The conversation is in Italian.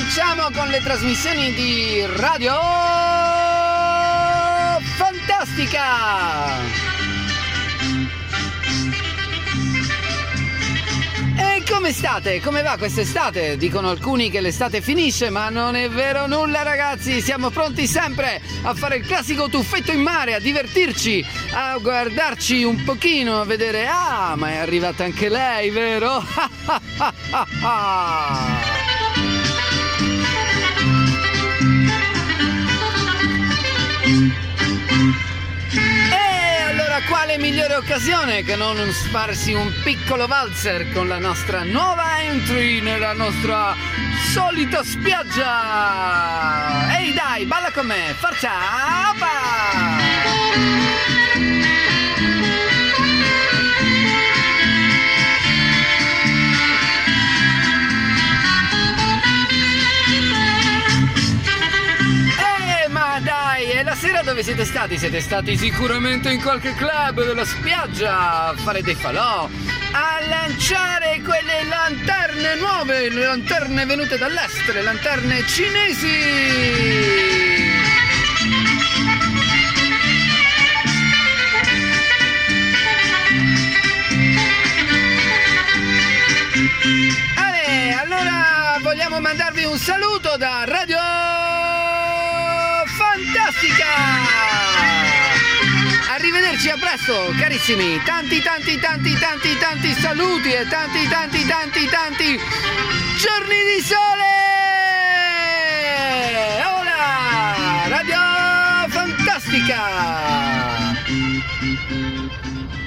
ricominciamo con le trasmissioni di Radio Fantastica! E come state? Come va quest'estate? Dicono alcuni che l'estate finisce, ma non è vero nulla, ragazzi. Siamo pronti sempre a fare il classico tuffetto in mare, a divertirci, a guardarci un pochino, a vedere, ah, ma è arrivata anche lei, vero? Quale migliore occasione che non farsi un piccolo valzer con la nostra nuova entry nella nostra solita spiaggia. Ehi dai, balla con me, forza! E la sera dove siete stati? Siete stati sicuramente in qualche club della spiaggia a fare dei falò, a lanciare quelle lanterne nuove, le lanterne venute dall'est, le lanterne cinesi. Allora vogliamo mandarvi un saluto da Radio Fantastica! Arrivederci, a presto, carissimi! Tanti saluti e tanti giorni di sole! Hola! Radio Fantastica!